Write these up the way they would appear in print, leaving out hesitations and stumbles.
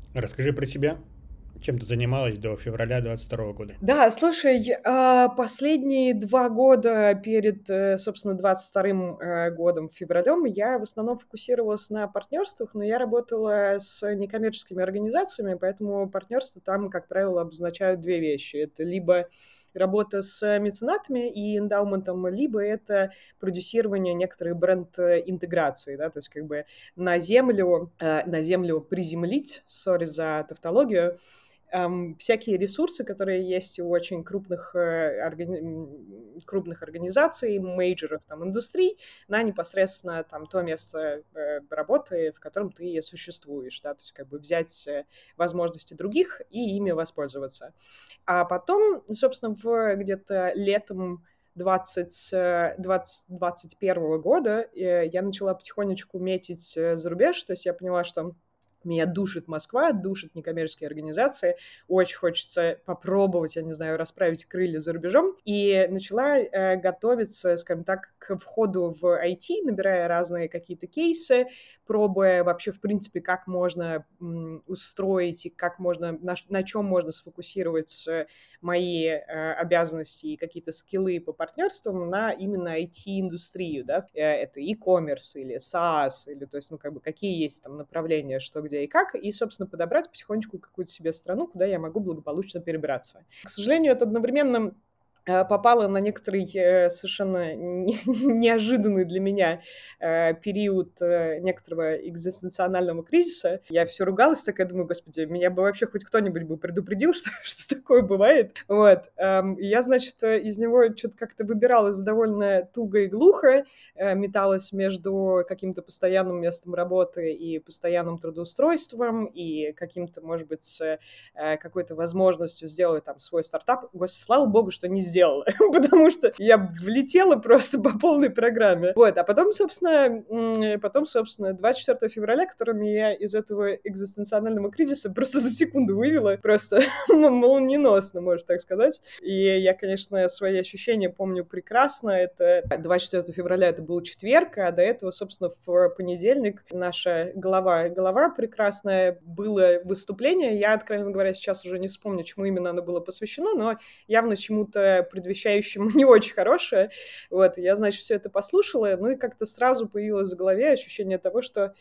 Расскажи про себя. Чем ты занималась до февраля 22 года? Да, слушай, последние 2 года перед, собственно, 22 годом, февралем, я в основном фокусировалась на партнерствах, но я работала с некоммерческими организациями, поэтому партнерства там, как правило, обозначают 2 вещи. Это либо работа с меценатами и эндаументом, либо это продюсирование некоторой бренд-интеграции, да, то есть как бы на землю приземлить, сори за тавтологию, всякие ресурсы, которые есть у очень крупных организаций, мейджоров там, индустрий, на непосредственно там, то место работы, в котором ты существуешь, да, то есть как бы взять возможности других и ими воспользоваться. А потом, собственно, где-то летом 2021 года я начала потихонечку метить за рубеж, то есть я поняла, что меня душит Москва, душит некоммерческие организации. Очень хочется попробовать, я не знаю, расправить крылья за рубежом. И начала готовиться, скажем так, к входу в IT, набирая разные какие-то кейсы, пробуя вообще, в принципе, как можно устроить и как можно, на чем можно сфокусировать мои обязанности и какие-то скиллы по партнерствам на именно IT-индустрию, да, это e-commerce или SaaS, или, то есть, ну, как бы, какие есть там направления, что, где и как, и, собственно, подобрать потихонечку какую-то себе страну, куда я могу благополучно перебраться. К сожалению, это одновременно попала на некоторый совершенно неожиданный для меня период некоторого экзистенционального кризиса. Я все ругалась, такая думаю, господи, меня бы вообще хоть кто-нибудь бы предупредил, что такое бывает. Вот. И я, значит, из него что-то как-то выбиралась довольно туго и глухо, металась между каким-то постоянным местом работы и постоянным трудоустройством, и каким-то, может быть, какой-то возможностью сделать там свой стартап. Господи, слава богу, что не сделала, потому что я влетела просто по полной программе. Вот, а потом, собственно, 24 февраля, который меня из этого экзистенционального кризиса просто за секунду вывела, просто молниеносно, можно так сказать. И я, конечно, свои ощущения помню прекрасно. Это 24 февраля, это был четверг, а до этого, собственно, в понедельник наша голова прекрасная, было выступление. Я, откровенно говоря, сейчас уже не вспомню, чему именно оно было посвящено, но явно чему-то предвещающему не очень хорошее. Вот, я, значит, все это послушала, ну и как-то сразу появилось в голове ощущение того, что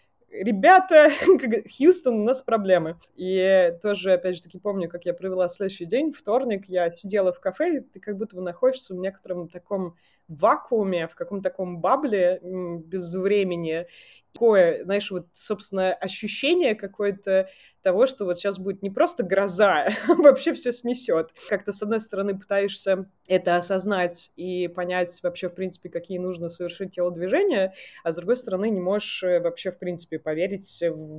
ребята, Хьюстон, у нас проблемы. И тоже, опять же таки, помню, как я провела следующий день, вторник, я сидела в кафе, и ты как будто бы находишься в некотором таком вакууме, в каком-то таком бабле без времени. Такое, знаешь, вот, собственно, ощущение какое-то того, что вот сейчас будет не просто гроза, а вообще все снесет. Как-то, с одной стороны, пытаешься это осознать и понять вообще, в принципе, какие нужно совершить телодвижения, а с другой стороны не можешь вообще, в принципе, поверить в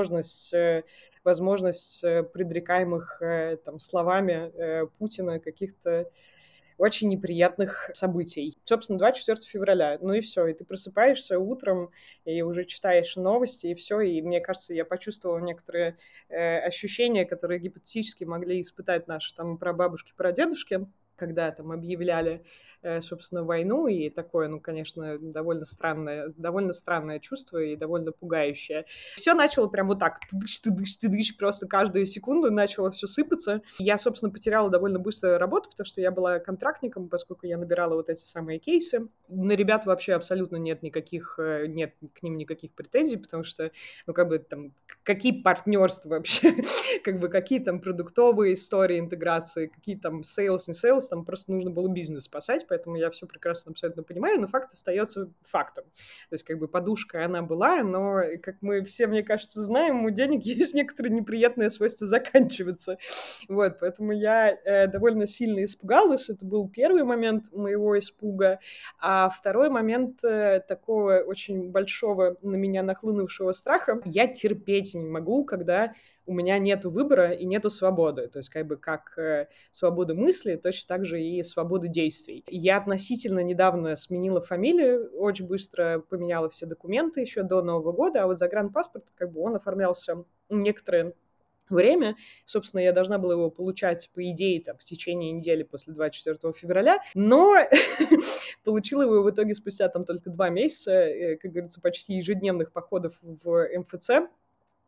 возможность предрекаемых там словами Путина каких-то очень неприятных событий. Собственно, 24 февраля. Ну и все. И ты просыпаешься утром и уже читаешь новости, и все. И мне кажется, я почувствовала некоторые ощущения, которые гипотетически могли испытать наши там прабабушки, прадедушки, когда там объявляли, собственно, войну, и такое, ну, конечно, довольно странное чувство и довольно пугающее. Все начало прям вот так, тыдыщ, просто каждую секунду начало все сыпаться. Я, собственно, потеряла довольно быстро работу, потому что я была контрактником, поскольку я набирала вот эти самые кейсы. На ребят вообще абсолютно нет к ним никаких претензий, потому что, ну, как бы там, какие партнерства вообще, как бы какие там продуктовые истории интеграции, какие там sales, не sales, там просто нужно было бизнес спасать, поэтому я все прекрасно абсолютно понимаю, но факт остается фактом. То есть как бы подушка она была, но, как мы все, мне кажется, знаем, у денег есть некоторые неприятные свойства заканчиваться. Вот, поэтому я довольно сильно испугалась. Это был первый момент моего испуга. А второй момент такого очень большого на меня нахлынувшего страха. Я терпеть не могу, когда у меня нету выбора и нету свободы. То есть как бы как свободы мысли, точно так же и свободы действий. Я относительно недавно сменила фамилию, очень быстро поменяла все документы еще до Нового года, а вот загранпаспорт, как бы он оформлялся некоторое время. Собственно, я должна была его получать, по идее, там, в течение недели после 24 февраля, но получила его в итоге спустя там только 2 месяца, как говорится, почти ежедневных походов в МФЦ.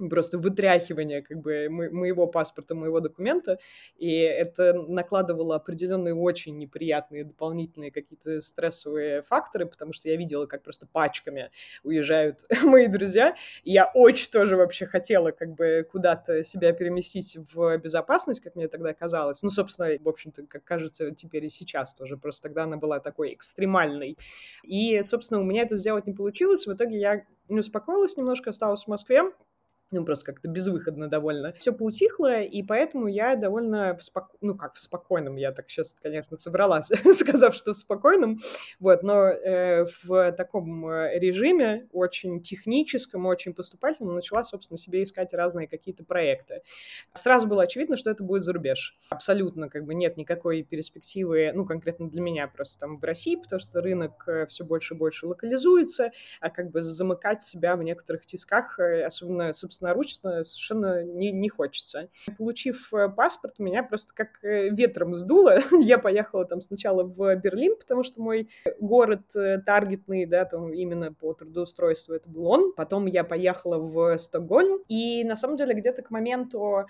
просто вытряхивание как бы моего паспорта, моего документа, и это накладывало определенные очень неприятные дополнительные какие-то стрессовые факторы, потому что я видела, как просто пачками уезжают мои друзья, и я очень тоже вообще хотела как бы куда-то себя переместить в безопасность, как мне тогда казалось. Ну, собственно, в общем-то, как кажется теперь и сейчас тоже, просто тогда она была такой экстремальной. И, собственно, у меня это сделать не получилось, в итоге я не успокоилась немножко, осталась в Москве, ну, просто как-то безвыходно довольно. Все поутихло, и поэтому я довольно ну, как в спокойном, я так сейчас, конечно, собралась, сказав, что в спокойном, вот, но в таком режиме, очень техническом, очень поступательном, начала, собственно, себе искать разные какие-то проекты. Сразу было очевидно, что это будет за рубеж. Абсолютно как бы нет никакой перспективы, ну, конкретно для меня просто там в России, потому что рынок все больше и больше локализуется, а как бы замыкать себя в некоторых тисках, особенно собственноручно, совершенно не хочется. Получив паспорт, меня просто как ветром сдуло. Я поехала там сначала в Берлин, потому что мой город таргетный, да, там именно по трудоустройству это был он. Потом я поехала в Стокгольм, и на самом деле где-то к моменту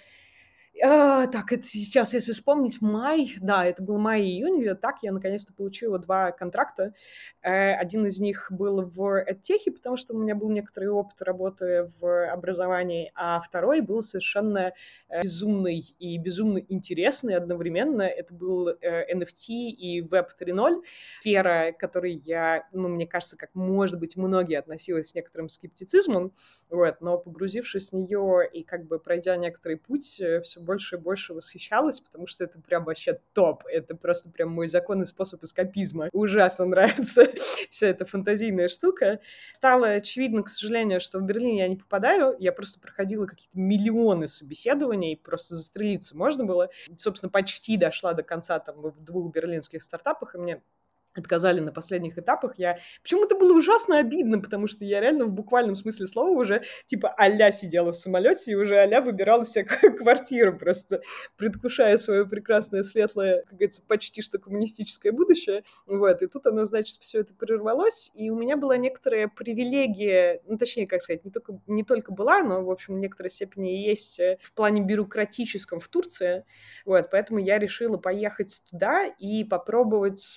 так, это сейчас, если вспомнить, май, да, это был май и июнь, где-то так я наконец-то получила 2 контракта. Один из них был в EdTech, потому что у меня был некоторый опыт работы в образовании, а второй был совершенно безумный и безумно интересный одновременно. Это был NFT и Web 3.0, сфера, к которой я, ну, мне кажется, как, может быть, многие относилась с некоторым скептицизмом, вот, но погрузившись в нее и как бы пройдя некоторый путь, все больше и больше восхищалась, потому что это прям вообще топ. Это просто прям мой законный способ эскапизма. Ужасно нравится вся эта фантазийная штука. Стало очевидно, к сожалению, что в Берлине я не попадаю. Я просто проходила какие-то миллионы собеседований, просто застрелиться можно было. Собственно, почти дошла до конца там в 2 берлинских стартапах, и мне отказали на последних этапах. Почему-то было ужасно обидно, потому что я реально в буквальном смысле слова уже типа а-ля сидела в самолете и уже а-ля выбирала себе квартиру, просто предвкушая свое прекрасное, светлое, как говорится, почти что коммунистическое будущее. Вот. И тут оно, значит, все это прервалось, и у меня была некоторая привилегия, ну, точнее, как сказать, не только была, но, в общем, в некоторой степени и есть в плане бюрократическом в Турции. Вот. Поэтому я решила поехать туда и попробовать.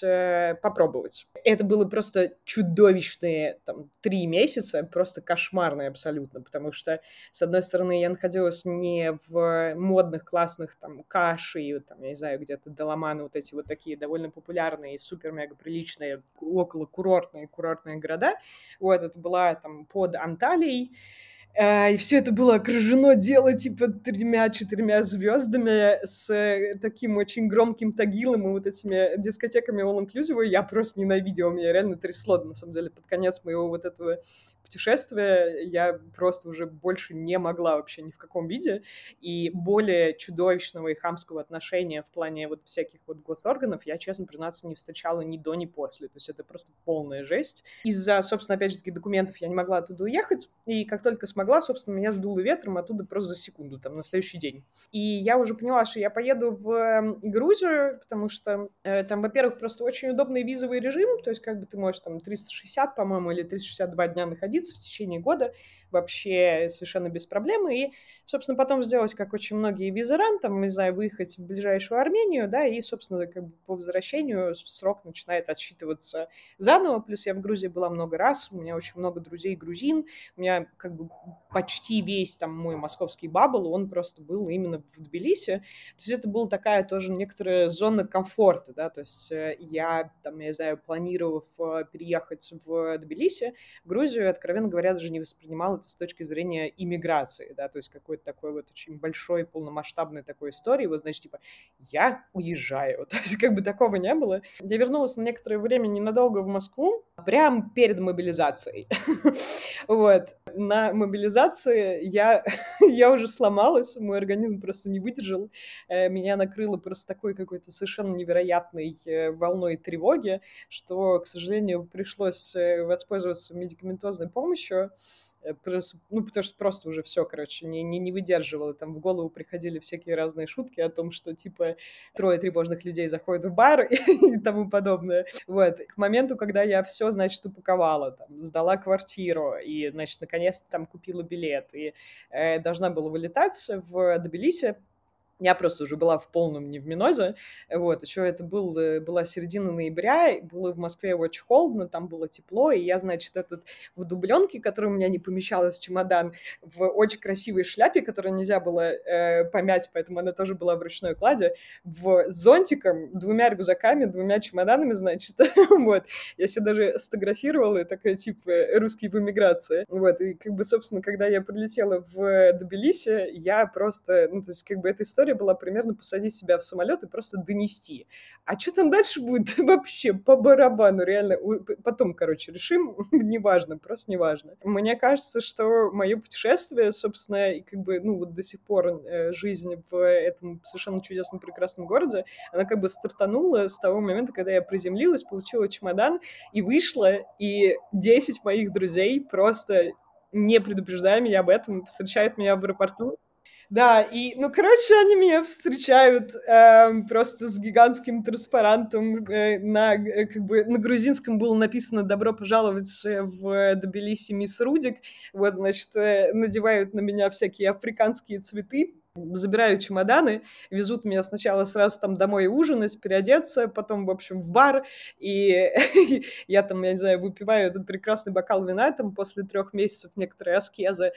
Это было просто чудовищные там 3 месяца, просто кошмарные абсолютно, потому что, с одной стороны, я находилась не в модных, классных там Каши, там, я не знаю, где-то Даламаны, вот эти вот такие довольно популярные, супер-мега приличные, около курортные города. Вот, это была там под Анталией, и все это было окружено дело типа 3-4 звездами с таким очень громким тагилом и вот этими дискотеками all-inclusive. Я просто ненавидела, меня реально трясло, на самом деле, под конец моего вот этого путешествия. Я просто уже больше не могла вообще ни в каком виде. И более чудовищного и хамского отношения в плане вот всяких вот госорганов я, честно признаться, не встречала ни до, ни после. То есть это просто полная жесть. Из-за, собственно, опять же таки, документов я не могла оттуда уехать. И как только смогла, собственно, меня сдуло ветром оттуда просто за секунду, там, на следующий день. И я уже поняла, что я поеду в Грузию, потому что там, во-первых, просто очень удобный визовый режим, то есть как бы ты можешь там 360, по-моему, или 362 дня находиться в течение года вообще совершенно без проблем. И, собственно, потом сделать, как очень многие визаран, там, не знаю, выехать в ближайшую Армению, да, и, собственно, как бы по возвращению срок начинает отсчитываться заново. Плюс я в Грузии была много раз, у меня очень много друзей грузин, у меня как бы почти весь там мой московский бабл, он просто был именно в Тбилиси. То есть это была такая тоже некоторая зона комфорта, да, то есть я там, я знаю, планировав переехать в Тбилиси, Грузию, откровенно говоря, даже не воспринимала это с точки зрения иммиграции, да, то есть какой-то такой вот очень большой, полномасштабной такой истории, вот, значит, типа, я уезжаю, то есть как бы такого не было. Я вернулась на некоторое время ненадолго в Москву, прям перед мобилизацией. Вот. На мобилизации я уже сломалась, мой организм просто не выдержал. Меня накрыло просто такой какой-то совершенно невероятной волной тревоги, что, к сожалению, пришлось воспользоваться медикаментозной помощью. Ну, потому что просто уже все, короче, не выдерживала. Там в голову приходили всякие разные шутки о том, что, типа, трое тревожных людей заходят в бар и тому подобное. Вот. К моменту, когда я все, значит, упаковала, там, сдала квартиру и, значит, наконец-то там купила билет и должна была вылетать в Тбилиси, я просто уже была в полном невминозе, вот, еще это была середина ноября, было в Москве очень холодно, там было тепло, и я, значит, в дубленке, который у меня не помещалась в чемодан, в очень красивой шляпе, которую нельзя было помять, поэтому она тоже была в ручной кладе, с зонтиком, 2 рюкзаками, 2 чемоданами, значит, вот, я себе даже сфотографировала, такая, типа, русский в эмиграции, вот, и, как бы, собственно, когда я прилетела в Тбилиси, я просто, ну, то есть, как бы, эта история была примерно посадить себя в самолет и просто донести. А что там дальше будет? Вообще по барабану, реально. Потом, короче, решим. Неважно, просто неважно. Мне кажется, что мое путешествие, собственно, и как бы, ну, вот до сих пор жизнь в этом совершенно чудесном, прекрасном городе, она как бы стартанула с того момента, когда я приземлилась, получила чемодан и вышла, и 10 моих друзей просто не предупреждая меня об этом, встречают меня в аэропорту. Да, и, ну, короче, они меня встречают просто с гигантским транспарантом. Как бы, на грузинском было написано «Добро пожаловать в Тбилиси, мисс Рудик». Вот, значит, надевают на меня всякие африканские цветы, забирают чемоданы, везут меня сначала сразу там домой ужинать, переодеться, потом, в общем, в бар, и я там, я не знаю, выпиваю этот прекрасный бокал вина там после 3 месяцев некоторой аскезы,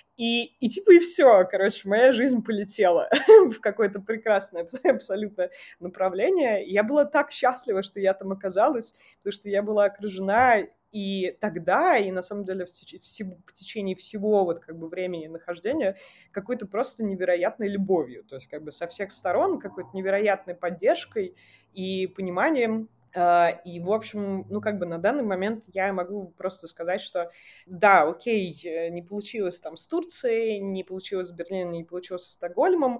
и типа и все, короче, моя жизнь полетела в какое-то прекрасное абсолютно направление. И я была так счастлива, что я там оказалась, потому что я была окружена и тогда, и на самом деле в течение всего вот как бы времени нахождения какой-то просто невероятной любовью. То есть как бы со всех сторон какой-то невероятной поддержкой и пониманием. И, в общем, ну, как бы на данный момент я могу просто сказать, что да, окей, не получилось там с Турцией, не получилось с Берлином, не получилось с Стокгольмом,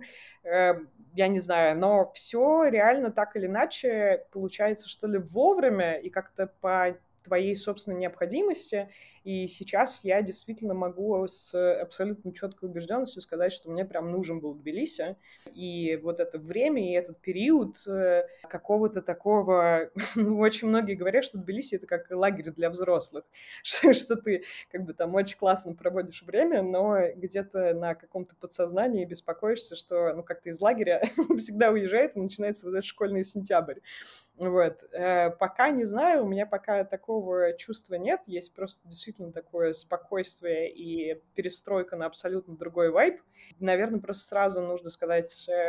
я не знаю, но все реально так или иначе получается, что ли, вовремя и как-то по твоей собственной необходимости. И сейчас я действительно могу с абсолютно четкой убежденностью сказать, что мне прям нужен был Тбилиси. И вот это время, и этот период какого-то такого... Ну, очень многие говорят, что Тбилиси — это как лагерь для взрослых, что ты как бы там очень классно проводишь время, но где-то на каком-то подсознании беспокоишься, что, ну, как-то из лагеря всегда уезжает, и начинается вот этот школьный сентябрь. Вот. Пока не знаю, у меня пока такого чувства нет, есть просто действительно такое спокойствие и перестройка на абсолютно другой вайб. Наверное, просто сразу нужно сказать,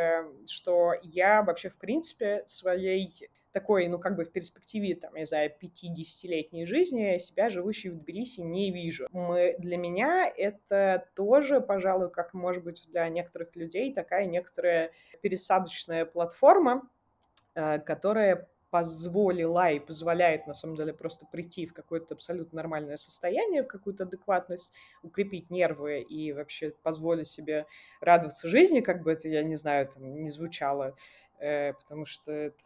что я вообще, в принципе, своей такой, ну, как бы в перспективе, там, не знаю, 50-летней жизни себя, живущей в Тбилиси, не вижу. Для меня это тоже, пожалуй, как, может быть, для некоторых людей, такая некоторая пересадочная платформа, которая позволила и позволяет, на самом деле, просто прийти в какое-то абсолютно нормальное состояние, в какую-то адекватность, укрепить нервы и вообще позволить себе радоваться жизни, как бы это, я не знаю, там, не звучало, потому что это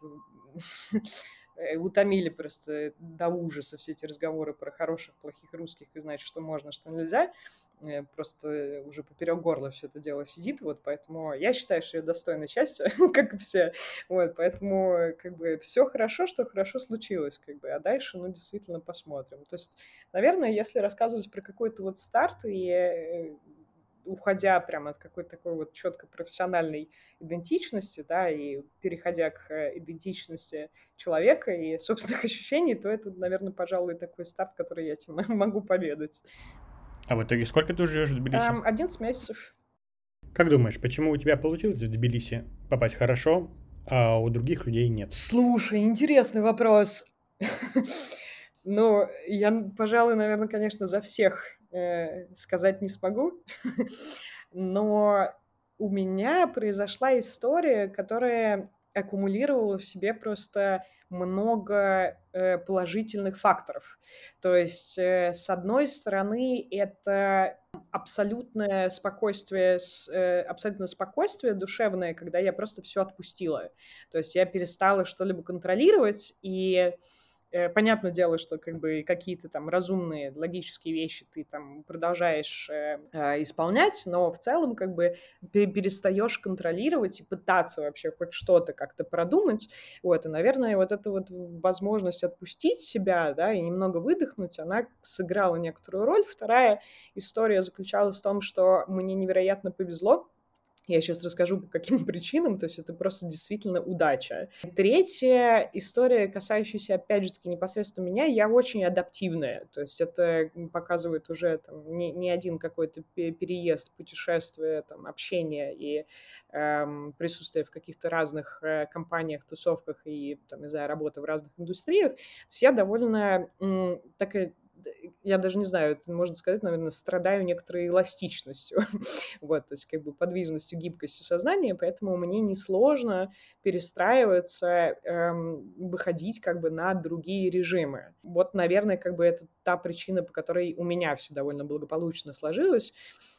утомили просто до ужаса все эти разговоры про хороших, плохих русских и знать, что можно, что нельзя. Просто уже поперек горла все это дело сидит, вот, поэтому я считаю, что я достойна счастья, как и все, вот, поэтому, как бы, все хорошо, что хорошо случилось, как бы, а дальше, ну, действительно посмотрим. То есть, наверное, если рассказывать про какой-то вот старт и уходя прямо от какой-то такой вот четко профессиональной идентичности, да, и переходя к идентичности человека и собственных ощущений, то это, наверное, пожалуй, такой старт, который я тебе могу поведать. А в итоге сколько ты уже живешь в Тбилиси? 11 месяцев. Как думаешь, почему у тебя получилось в Тбилиси попасть хорошо, а у других людей нет? Слушай, интересный вопрос. Ну, я, пожалуй, наверное, конечно, за всех сказать не смогу, но у меня произошла история, которая аккумулировала в себе просто много положительных факторов. То есть, с одной стороны, это абсолютное спокойствие душевное, когда я просто все отпустила. То есть я перестала что-либо контролировать, и Понятное дело, что как бы какие-то там разумные логические вещи ты там продолжаешь исполнять, но в целом как бы перестаешь контролировать и пытаться вообще хоть что-то как-то продумать. Вот, и, наверное, вот эта вот возможность отпустить себя, да, и немного выдохнуть, она сыграла некоторую роль. Вторая история заключалась в том, что мне невероятно повезло. Я сейчас расскажу, по каким причинам, то есть это просто действительно удача. Третья история, касающаяся, опять же таки, непосредственно меня, я очень адаптивная, то есть это показывает уже там, не один какой-то переезд, путешествие, там, общение и присутствие в каких-то разных компаниях, тусовках и, там, не знаю, работа в разных индустриях. То есть я довольно такая, я даже не знаю, это можно сказать, наверное, страдаю некоторой эластичностью, вот, то есть как бы подвижностью, гибкостью сознания, поэтому мне несложно перестраиваться, выходить как бы на другие режимы. Вот, наверное, как бы это та причина, по которой у меня все довольно благополучно сложилось.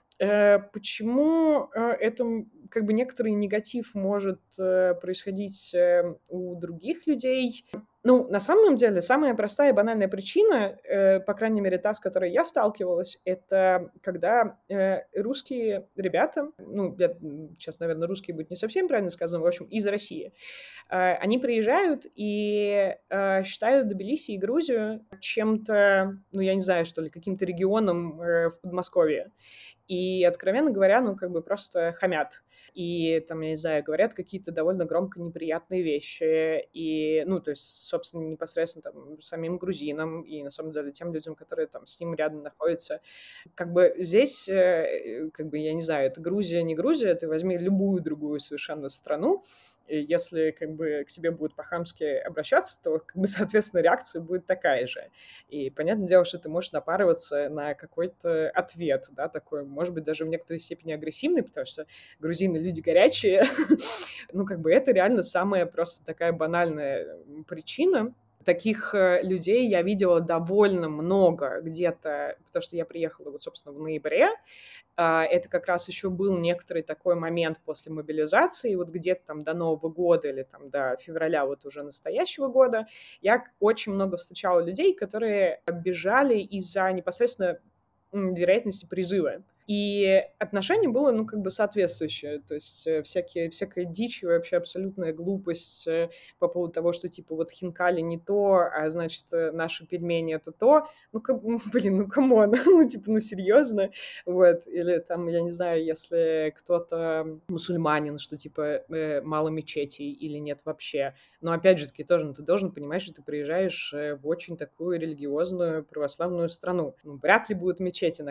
Почему это как бы некоторый негатив может происходить у других людей? Ну, на самом деле, самая простая и банальная причина, по крайней мере, та, с которой я сталкивалась, это когда русские ребята, ну, сейчас, наверное, русские будет не совсем правильно сказано, в общем, из России, они приезжают и считают Тбилиси и Грузию чем-то, ну, я не знаю, что ли, каким-то регионом в Подмосковье. И, откровенно говоря, ну, как бы просто хамят. И, там, я не знаю, говорят какие-то довольно громко неприятные вещи. И, ну, то есть, собственно, непосредственно там самим грузинам и, на самом деле, тем людям, которые там с ним рядом находятся. Как бы здесь, как бы, я не знаю, это Грузия, не Грузия, ты возьми любую другую совершенно страну, и если как бы к себе будут по-хамски обращаться, то, как бы, соответственно, реакция будет такая же. И понятное дело, что ты можешь напарываться на какой-то ответ, да, такой, может быть, даже в некоторой степени агрессивный, потому что грузины люди горячие. Ну, как бы это реально самая просто такая банальная причина. Таких людей я видела довольно много где-то, потому что я приехала вот, собственно, в ноябре. Это как раз еще был некоторый такой момент после мобилизации, вот где-то там до Нового года или там до февраля вот уже настоящего года, я очень много встречала людей, которые бежали из-за непосредственно вероятности призыва. И отношение было, ну, как бы соответствующее. То есть всякая дичь и вообще абсолютная глупость по поводу того, что, типа, вот хинкали не то, а значит, наши пельмени это то. Ну, блин, ну, камон, ну, типа, ну, серьезно? Вот. Или там, я не знаю, если кто-то мусульманин, что, типа, мало мечетей или нет вообще. Но, опять же таки, тоже, ну, ты должен понимать, что ты приезжаешь в очень такую религиозную православную страну. Ну, вряд ли будут мечети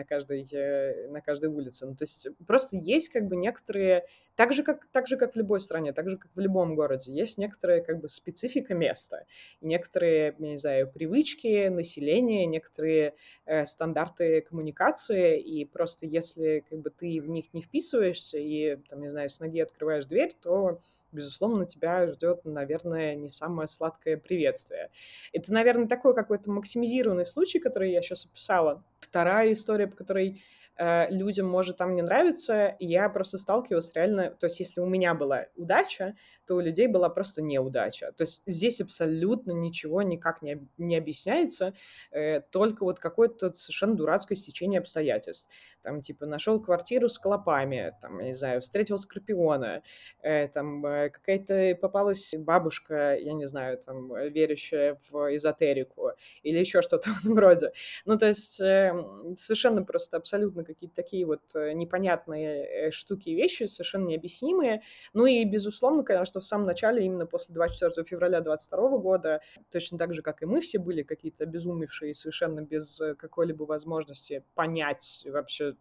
на каждой улице. Ну, то есть просто есть как бы некоторые, так же, как в любой стране, так же, как в любом городе, есть некоторая как бы специфика места, некоторые, я не знаю, привычки населения, некоторые стандарты коммуникации, и просто если как бы ты в них не вписываешься и, там, не знаю, с ноги открываешь дверь, то безусловно, тебя ждет, наверное, не самое сладкое приветствие. Это, наверное, такой какой-то максимизированный случай, который я сейчас описала. Вторая история, по которой людям может там не нравиться, я просто сталкивалась реально, то есть если у меня была удача, то у людей была просто неудача. То есть здесь абсолютно ничего никак не объясняется, только вот какое-то совершенно дурацкое стечение обстоятельств. Там, типа, нашел квартиру с клопами, там, я не знаю, встретил скорпиона, там какая-то попалась бабушка, я не знаю, там, верящая в эзотерику или еще что-то в этом роде. Ну, то есть совершенно просто абсолютно какие-то такие вот непонятные штуки и вещи, совершенно необъяснимые. Ну и, безусловно, конечно, в самом начале, именно после 24 февраля 2022 года, точно так же, как и мы все были какие-то обезумевшие, совершенно без какой-либо возможности понять вообще,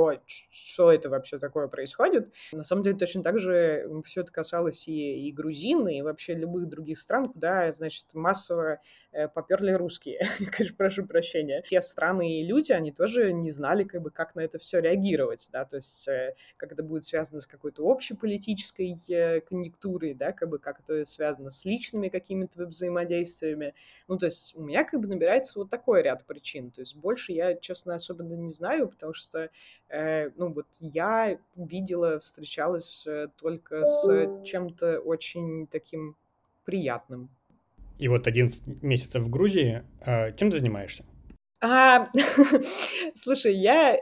что это вообще такое происходит. На самом деле, точно так же все это касалось и грузин, и вообще любых других стран, куда, значит, массово поперли русские. Конечно, прошу прощения. Те страны и люди, они тоже не знали, как бы, как на это все реагировать, да, то есть как это будет связано с какой-то общеполитической конъюнктурой, да, как бы как это связано с личными какими-то взаимодействиями. Ну, то есть у меня как бы набирается вот такой ряд причин. То есть больше я, честно, особенно не знаю, потому что, ну, вот я видела, встречалась только с чем-то очень таким приятным. И вот 11 месяцев в Грузии. Чем ты занимаешься? А, Слушай, я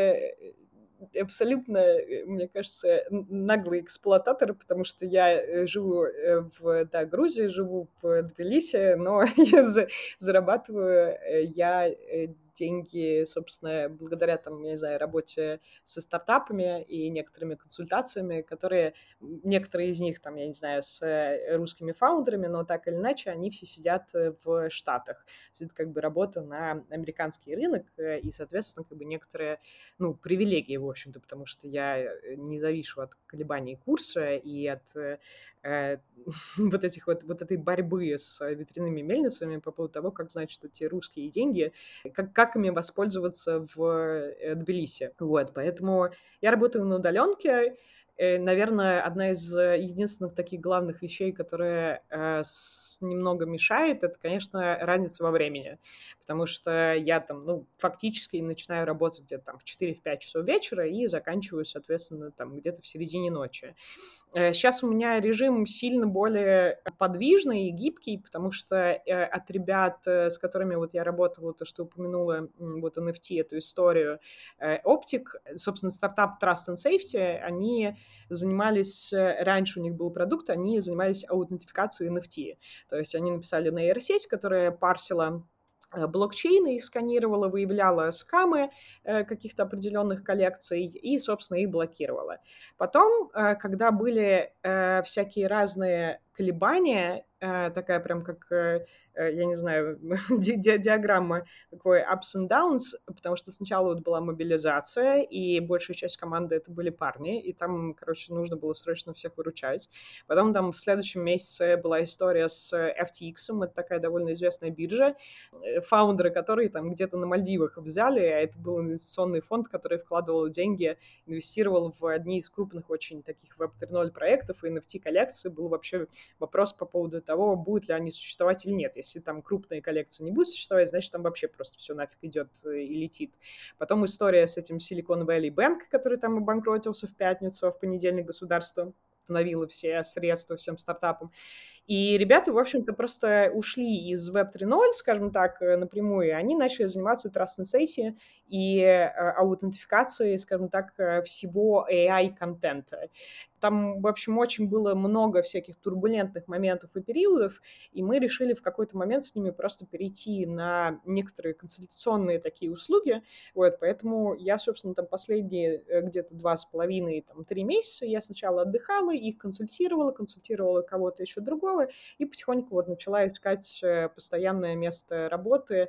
абсолютно, мне кажется, наглый эксплуататор, потому что я живу да, Грузии, живу в Тбилиси, но я зарабатываю я деньги, собственно, благодаря, там, я не знаю, работе со стартапами и некоторыми консультациями, которые, некоторые из них, там, я не знаю, с русскими фаундерами, но так или иначе, они все сидят в Штатах. То есть это как бы работа на американский рынок и, соответственно, как бы некоторые, ну, привилегии, в общем-то, потому что я не завишу от колебаний курса и от э, вот этой борьбы с ветряными мельницами по поводу того, как, значит, эти русские деньги, как ими воспользоваться в Тбилиси. Вот, поэтому я работаю на удаленке. Наверное, одна из единственных таких главных вещей, которая немного мешает, это, конечно, разница во времени. Потому что я там, ну, фактически начинаю работать где-то там в 4-5 часов вечера и заканчиваю, соответственно, там где-то в середине ночи. Сейчас у меня режим сильно более подвижный и гибкий, потому что от ребят, с которыми вот я работала, то, что упомянула, вот NFT, эту историю, Optic, собственно, стартап Trust and Safety, они занимались, раньше у них был продукт, они занимались аутентификацией NFT. То есть они написали нейросеть, которая парсила блокчейны, их сканировала, выявляла скамы каких-то определенных коллекций и, собственно, их блокировала. Потом, когда были всякие разные колебания, такая прям как, я не знаю, диаграмма такой ups and downs, потому что сначала вот была мобилизация, и большая часть команды это были парни, и там, короче, нужно было срочно всех выручать. Потом там в следующем месяце была история с FTX, это такая довольно известная биржа, фаундеры, которые там где-то на Мальдивах взяли, а это был инвестиционный фонд, который вкладывал деньги, инвестировал в одни из крупных очень таких Web 3.0 проектов, и NFT-коллекции был вообще вопрос по поводу того, будут ли они существовать или нет. Если там крупные коллекции не будут существовать, значит, там вообще просто все нафиг идет и летит. Потом история с этим Silicon Valley Bank, который там обанкротился в пятницу, а в понедельник государство остановило все средства всем стартапам. И ребята, в общем-то, просто ушли из Web 3.0, скажем так, напрямую, и они начали заниматься Trust and Safety и аутентификацией, скажем так, всего AI-контента. Там, в общем, очень было много всяких турбулентных моментов и периодов, и мы решили в какой-то момент с ними просто перейти на некоторые консультационные такие услуги. Вот, поэтому я, собственно, там последние где-то 2,5-3 месяца я сначала отдыхала, их консультировала кого-то еще другого, и потихоньку вот начала искать постоянное место работы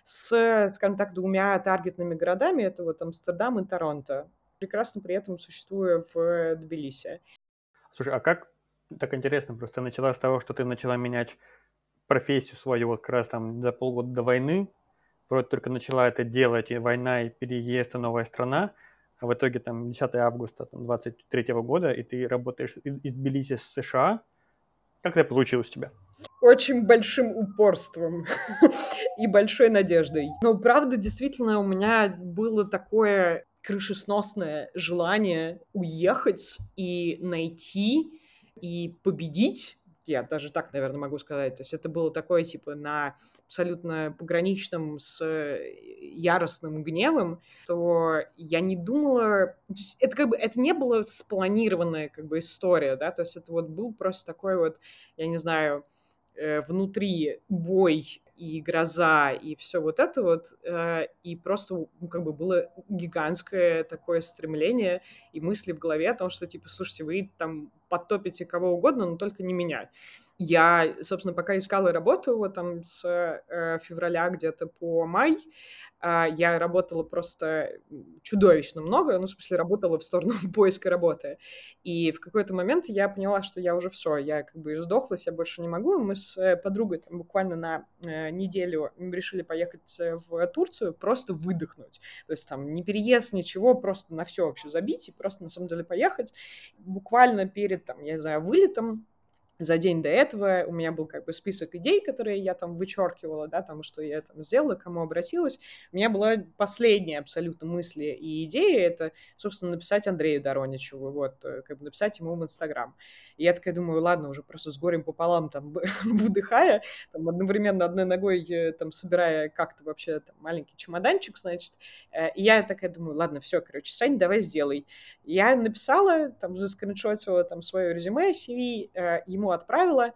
с, скажем так, двумя таргетными городами. Это вот Амстердам и Торонто. Прекрасно при этом существуя в Тбилиси. Слушай, а как, так интересно, просто начала с того, что ты начала менять профессию свою вот как раз там за полгода до войны, вроде только начала это делать, и война, и переезд, и новая страна, а в итоге там 10 августа 23 года, и ты работаешь из Тбилиси с США. Как это получилось у тебя? Очень большим упорством и большой надеждой. Но правда, действительно, у меня было такое крышесносное желание уехать и найти и победить. Я даже так, наверное, могу сказать. То есть это было такое, типа, на абсолютно пограничном с яростным гневом, что я не думала... То есть это как бы, это не было спланированная как бы история, да, то есть это вот был просто такой вот, я не знаю, внутри бой и гроза, и все вот это вот, и просто, ну, как бы было гигантское такое стремление и мысли в голове о том, что, типа, слушайте, вы там подтопите кого угодно, но только не меня. Я, собственно, пока искала работу, вот там с февраля где-то по май, я работала просто чудовищно много, ну, в смысле, работала в сторону поиска работы. И в какой-то момент я поняла, что я уже все, я как бы сдохлась, я больше не могу. Мы с подругой там буквально на неделю решили поехать в Турцию, просто выдохнуть. То есть там не переезд, ничего, просто на все вообще забить и просто на самом деле поехать. Буквально перед, там, я не знаю, вылетом за день до этого у меня был как бы список идей, которые я там вычеркивала, да, там, что я там сделала, к кому обратилась. У меня была последняя абсолютно мысль и идея, это, собственно, написать Андрею Дороничеву, вот, как бы написать ему в Инстаграм. И я такая думаю, ладно, уже просто с горем пополам там выдыхая, там одновременно одной ногой там собирая как-то вообще там маленький чемоданчик, значит, и я такая думаю, ладно, все, короче, Сань, давай сделай. Я написала, там, заскриншотила там свое резюме, CV, ему отправила,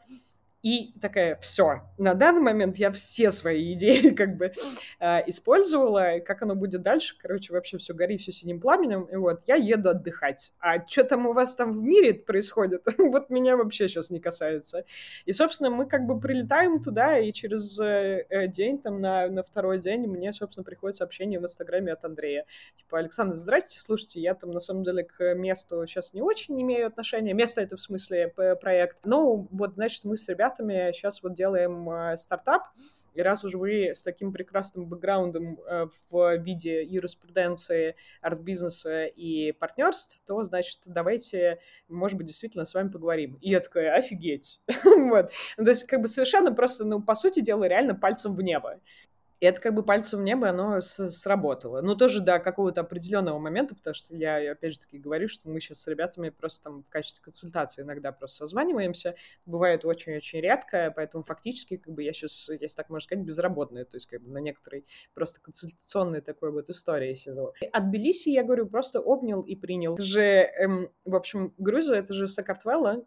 и такая, все, на данный момент я все свои идеи как бы использовала, как оно будет дальше, короче, вообще все гори, все синим пламенем, и вот, я еду отдыхать. А что там у вас там в мире происходит, вот меня вообще сейчас не касается. И, собственно, мы как бы прилетаем туда, и через день, там, на второй день мне, собственно, приходит сообщение в Инстаграме от Андрея. Типа, Александр, здрасте, слушайте, я там, на самом деле, к месту сейчас не очень имею отношения. Место это, в смысле, проект. Но вот, значит, мы с ребятами сейчас вот делаем стартап, и раз уж вы с таким прекрасным бэкграундом в виде юриспруденции, арт-бизнеса и партнерств, то, значит, давайте, может быть, действительно с вами поговорим. И я такая, офигеть. Вот. Ну, то есть, как бы совершенно просто, ну, по сути дела, реально пальцем в небо. И это как бы пальцем в небо, оно сработало. Ну, тоже до какого-то определенного момента, потому что я опять же таки говорю, что мы сейчас с ребятами просто там в качестве консультации иногда просто созваниваемся. Бывает очень-очень редко, поэтому фактически как бы я сейчас, если так можно сказать, безработная, то есть как бы на некоторой просто консультационной такой вот истории сижу. И от Тбилиси, я говорю, просто обнял и принял. Это же, в общем, Грузия, это же Сакартвело,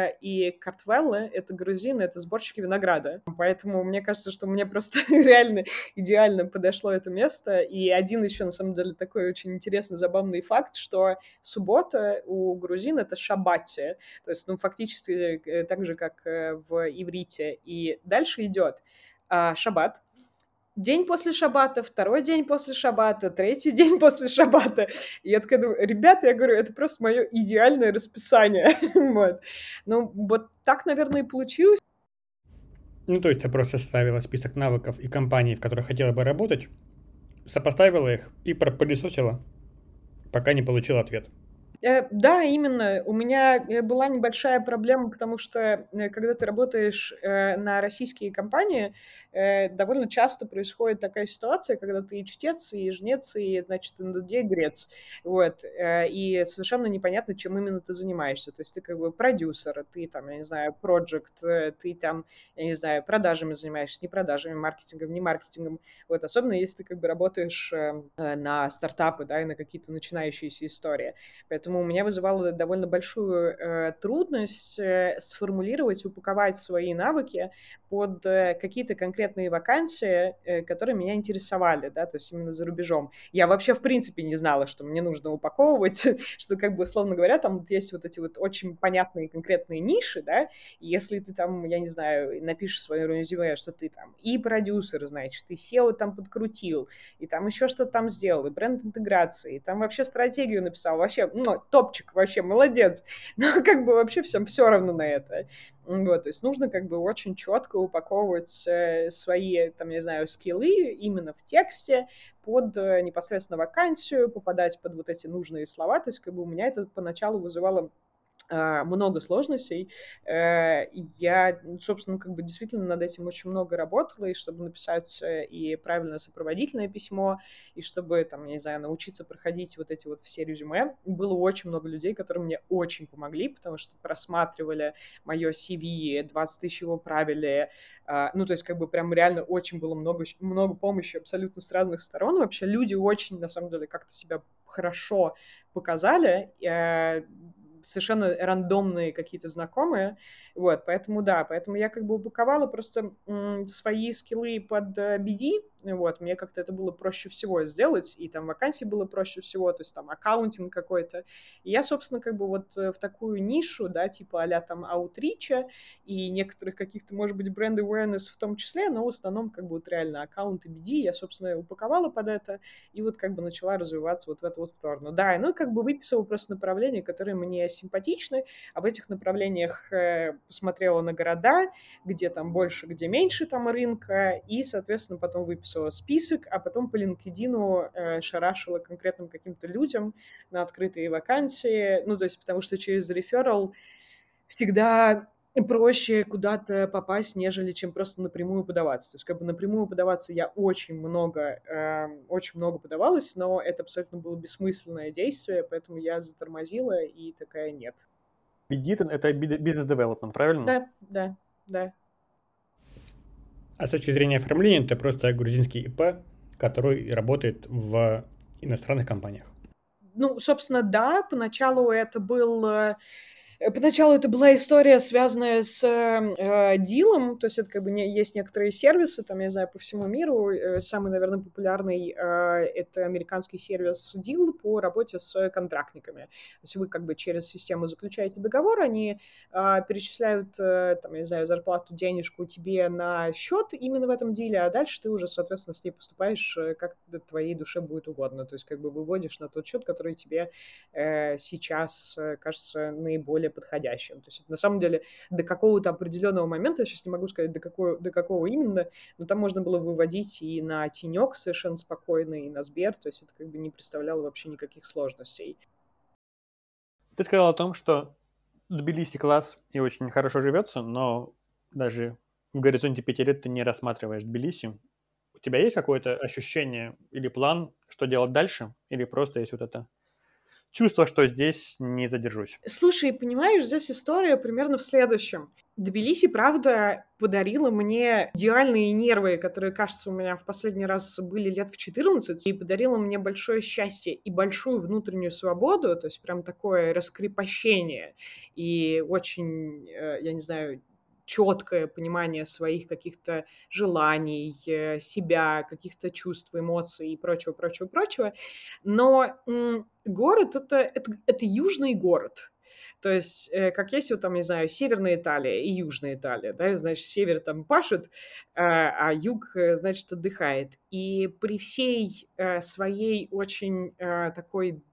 и Картвелло, это грузины, это сборщики винограда. Поэтому мне кажется, что мне просто реально идеально подошло это место. И один еще, на самом деле, такой очень интересный, забавный факт, что суббота у грузин — это шаббати. То есть, ну, фактически так же, как в иврите. И дальше идет шаббат, день после шаббата, второй день после шаббата, третий день после шаббата. И я такая думаю, ребята, я говорю, это просто мое идеальное расписание. Вот. Ну, вот так, наверное, и получилось. Ну, то есть ты просто составила список навыков и компаний, в которых хотела бы работать, сопоставила их и пропылесосила, пока не получил ответ. Да, именно. У меня была небольшая проблема, потому что когда ты работаешь на российские компании, довольно часто происходит такая ситуация, когда ты и чтец, и жнец, и, значит, и на дуде грец. Вот. И совершенно непонятно, чем именно ты занимаешься. То есть ты как бы продюсер, ты там, я не знаю, проект, ты там, я не знаю, продажами занимаешься, не продажами, маркетингом, не маркетингом. Вот. Особенно если ты как бы работаешь на стартапы, да, и на какие-то начинающиеся истории. Поэтому у меня вызывало довольно большую трудность сформулировать, упаковать свои навыки под какие-то конкретные вакансии, которые меня интересовали, да, то есть именно за рубежом. Я вообще, в принципе, не знала, что мне нужно упаковывать, что, как бы, условно говоря, там вот есть вот эти вот очень понятные конкретные ниши, да, и если ты там, я не знаю, напишешь свое резюме, что ты там и продюсер, значит, и SEO там подкрутил, и там еще что-то там сделал, и бренд-интеграции, и там вообще стратегию написал, вообще, ну, топчик, вообще, молодец. Но как бы вообще всем все равно на это. Вот, то есть нужно как бы очень четко упаковывать свои, там, не знаю, скиллы именно в тексте под непосредственно вакансию, попадать под вот эти нужные слова. То есть как бы у меня это поначалу вызывало много сложностей. Я, собственно, как бы действительно над этим очень много работала, и чтобы написать и правильное сопроводительное письмо, и чтобы, там, я не знаю, научиться проходить вот эти вот все резюме. Было очень много людей, которые мне очень помогли, потому что просматривали мое CV, 20 тысяч его правили. Ну, то есть, как бы прям реально очень было много помощи абсолютно с разных сторон. Вообще люди очень, на самом деле, как-то себя хорошо показали, совершенно рандомные какие-то знакомые, вот, поэтому да, поэтому я как бы упаковала просто свои скиллы под BD, вот, мне как-то это было проще всего сделать, и там вакансии было проще всего, то есть там аккаунтинг какой-то, и я, собственно, как бы вот в такую нишу, да, типа а-ля там аутрича и некоторых каких-то, может быть, бренд awareness в том числе, но в основном как бы вот реально аккаунты BD я, собственно, упаковала под это, и вот как бы начала развиваться вот в эту вот сторону. Да, ну как бы выписала просто направления, которые мне симпатичны, а в этих направлениях посмотрела на города, где там больше, где меньше там рынка, и, соответственно, потом выписала список, а потом по LinkedIn шарашила конкретным каким-то людям на открытые вакансии, ну, то есть потому что через реферал всегда проще куда-то попасть, нежели чем просто напрямую подаваться. То есть как бы напрямую подаваться я очень много подавалась, но это абсолютно было бессмысленное действие, поэтому я затормозила и такая: "Нет". Бигит — это бизнес-девелопмент, правильно? Да, да, да. А с точки зрения оформления, это просто грузинский ИП, который работает в иностранных компаниях. Ну, собственно, да, поначалу это была история, связанная с дилом, то есть это как бы есть некоторые сервисы, там, я не знаю, по всему миру. Самый, наверное, популярный это американский сервис Deal по работе с контрактниками. То есть вы как бы через систему заключаете договор, они перечисляют, там, я не знаю, зарплату, денежку тебе на счет именно в этом диле, а дальше ты уже, соответственно, с ней поступаешь, как твоей душе будет угодно. То есть как бы выводишь на тот счет, который тебе сейчас кажется наиболее подходящим. То есть это, на самом деле до какого-то определенного момента, я сейчас не могу сказать, до какого именно, но там можно было выводить и на Тинек совершенно спокойно, и на Сбер, то есть это как бы не представляло вообще никаких сложностей. Ты сказал о том, что Тбилиси класс и очень хорошо живется, но даже в горизонте 5 лет ты не рассматриваешь Тбилиси. У тебя есть какое-то ощущение или план, что делать дальше? Или просто есть вот это чувство, что здесь не задержусь? Слушай, понимаешь, здесь история примерно в следующем. Тбилиси, правда, подарила мне идеальные нервы, которые, кажется, у меня в последний раз были лет в 14, и подарила мне большое счастье и большую внутреннюю свободу, то есть прям такое раскрепощение и очень, я не знаю, четкое понимание своих каких-то желаний, себя, каких-то чувств, эмоций и прочего, прочего, прочего. Но город это южный город. То есть, как есть вот там, не знаю, Северная Италия и Южная Италия, да, значит, север там пашет, а юг, значит, отдыхает. И при всей своей очень такой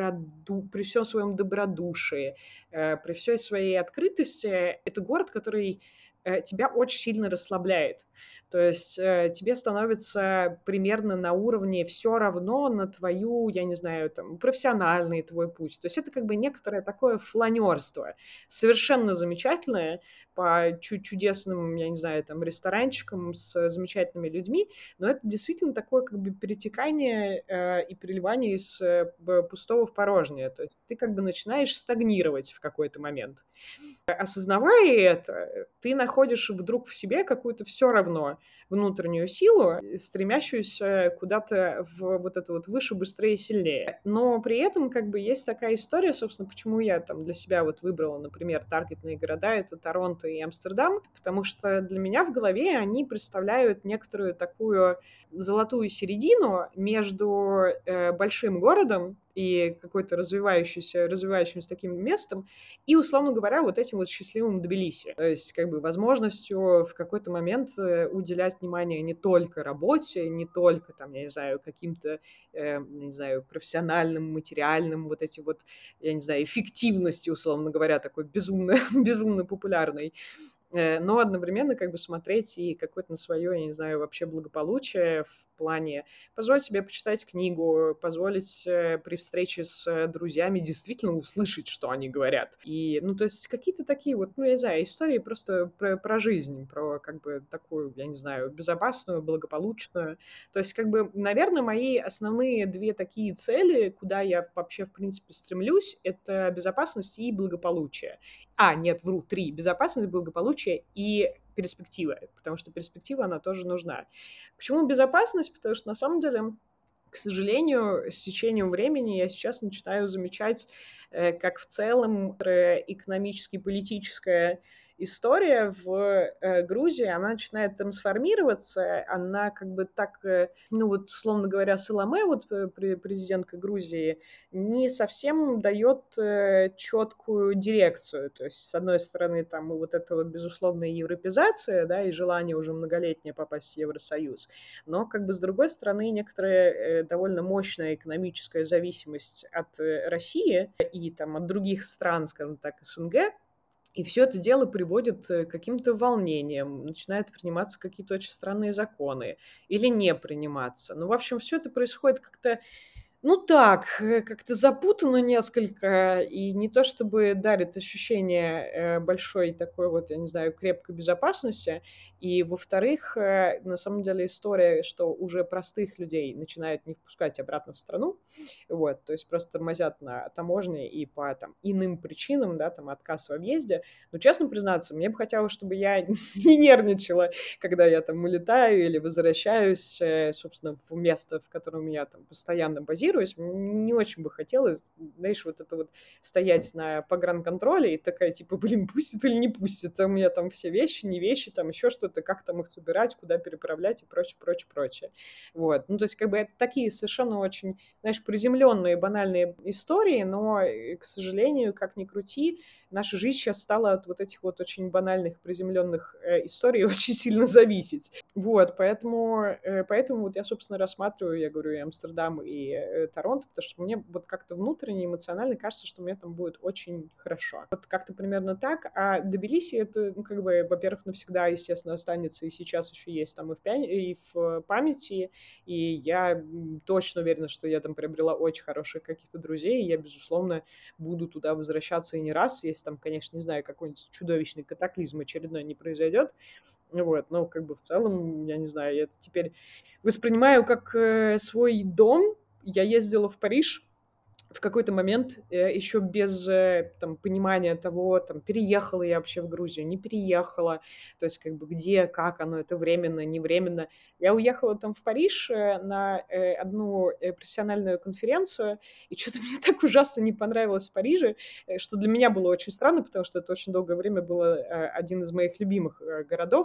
при всем своем добродушии, при всей своей открытости, это город, который тебя очень сильно расслабляет. То есть тебе становится примерно на уровне все равно на твою, я не знаю, там, профессиональный твой путь. То есть это как бы некоторое такое фланерство, совершенно замечательное, по чудесным, я не знаю, там, ресторанчикам с замечательными людьми, но это действительно такое как бы перетекание и переливание из пустого в порожнее. То есть ты как бы начинаешь стагнировать в какой-то момент. Осознавая это, ты находишь вдруг в себе какую-то все равно внутреннюю силу, стремящуюся куда-то в вот это вот выше, быстрее, сильнее. Но при этом как бы есть такая история, собственно, почему я там для себя вот выбрала, например, таргетные города — это Торонто и Амстердам, потому что для меня в голове они представляют некоторую такую золотую середину между большим городом и какой-то развивающимся таким местом, и, условно говоря, вот этим вот счастливым Тбилиси. То есть, как бы, возможностью в какой-то момент уделять внимание не только работе, не только, там, я не знаю, каким-то, не знаю, профессиональным, материальным, вот этим вот, я не знаю, эффективности, условно говоря, такой безумно, безумно популярной, но одновременно как бы смотреть и какое-то на свое, я не знаю, вообще благополучие в плане позволить себе почитать книгу, позволить при встрече с друзьями действительно услышать, что они говорят. И, ну, то есть какие-то такие вот, ну, я не знаю, истории просто про жизнь, про как бы такую, я не знаю, безопасную, благополучную. То есть, как бы, наверное, мои основные две такие цели, куда я вообще, в принципе, стремлюсь, это безопасность и благополучие. Нет, вру, 3: безопасность, благополучие и перспектива, потому что перспектива, она тоже нужна. Почему безопасность? Потому что, на самом деле, к сожалению, с течением времени я сейчас начинаю замечать, как в целом экономически-политическая история в Грузии, она начинает трансформироваться, она как бы так, ну вот, условно говоря, Саломе, вот президентка Грузии, не совсем дает четкую дирекцию. То есть, с одной стороны, там и вот эта вот безусловная европеизация, да, и желание уже многолетнее попасть в Евросоюз, но как бы с другой стороны некоторая довольно мощная экономическая зависимость от России и там от других стран, скажем так, СНГ, и все это дело приводит к каким-то волнениям, начинают приниматься какие-то очень странные законы или не приниматься. Ну, в общем, все это происходит как-то Ну так, как-то запутанно несколько, и не то чтобы дарит ощущение большой такой вот, я не знаю, крепкой безопасности. И, во-вторых, на самом деле история, что уже простых людей начинают не впускать обратно в страну, вот, то есть просто тормозят на таможне и по там иным причинам, да, там отказ в объезде. Но, честно признаться, мне бы хотелось, чтобы я не нервничала, когда я там улетаю или возвращаюсь, собственно, в место, в котором я там постоянно базируюсь. Не очень бы хотелось, знаешь, вот это вот стоять на погранконтроле и такая, типа, блин, пустит или не пустит, а у меня там все вещи, не вещи, там еще что-то, как там их собирать, куда переправлять и прочее, прочее, прочее. Вот. Ну, то есть, как бы, это такие совершенно очень, знаешь, приземленные, банальные истории, но, к сожалению, как ни крути, наша жизнь сейчас стала от вот этих вот очень банальных, приземленных историй очень сильно зависеть. Вот, поэтому вот я, собственно, рассматриваю, я говорю, и Амстердам, и Торонто, потому что мне вот как-то внутренне, эмоционально кажется, что мне там будет очень хорошо. Вот как-то примерно так. А Тбилиси это, ну, как бы, во-первых, навсегда, естественно, останется, и сейчас еще есть там и в памяти, и я точно уверена, что я там приобрела очень хороших каких-то друзей, и я, безусловно, буду туда возвращаться и не раз, если там, конечно, не знаю, какой-нибудь чудовищный катаклизм очередной не произойдет. Вот, но как бы в целом, я не знаю, я это теперь воспринимаю как свой дом. Я ездила в Париж в какой-то момент еще без там, понимания того, там, переехала я вообще в Грузию, не переехала, то есть как бы где, как оно, это временно, не временно. Я уехала там в Париж на одну профессиональную конференцию, и что-то мне так ужасно не понравилось в Париже, что для меня было очень странно, потому что это очень долгое время был один из моих любимых городов,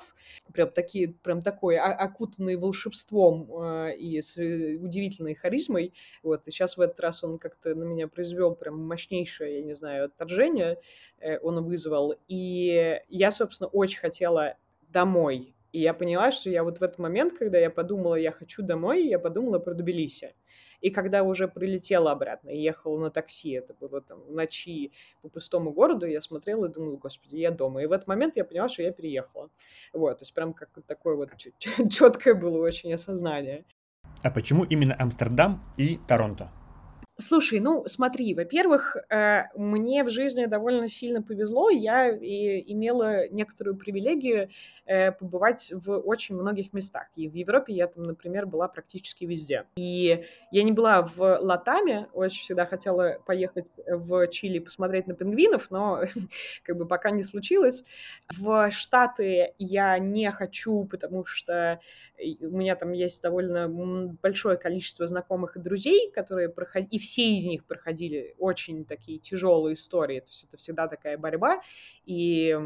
прям такой окутанный волшебством и с удивительной харизмой. Вот, и сейчас в этот раз он как-то на меня произвел прям мощнейшее, я не знаю, отторжение он вызвал. И я, собственно, очень хотела домой. И я поняла, что я вот в этот момент, когда я подумала, я хочу домой, я подумала про Тбилиси. И когда уже прилетела обратно и ехала на такси, это было там в ночи по пустому городу, я смотрела и думала, господи, я дома. И в этот момент я поняла, что я переехала. Вот, то есть прям как такое вот четкое было очень осознание. А почему именно Амстердам и Торонто? Слушай, ну смотри, во-первых, мне в жизни довольно сильно повезло. Я имела некоторую привилегию побывать в очень многих местах. И в Европе я там, например, была практически везде. И я не была в Латаме, очень всегда хотела поехать в Чили посмотреть на пингвинов, но как бы пока не случилось. В Штаты я не хочу, потому что у меня там есть довольно большое количество знакомых и друзей, которые проходили, и все из них проходили очень такие тяжелые истории. То есть это всегда такая борьба. И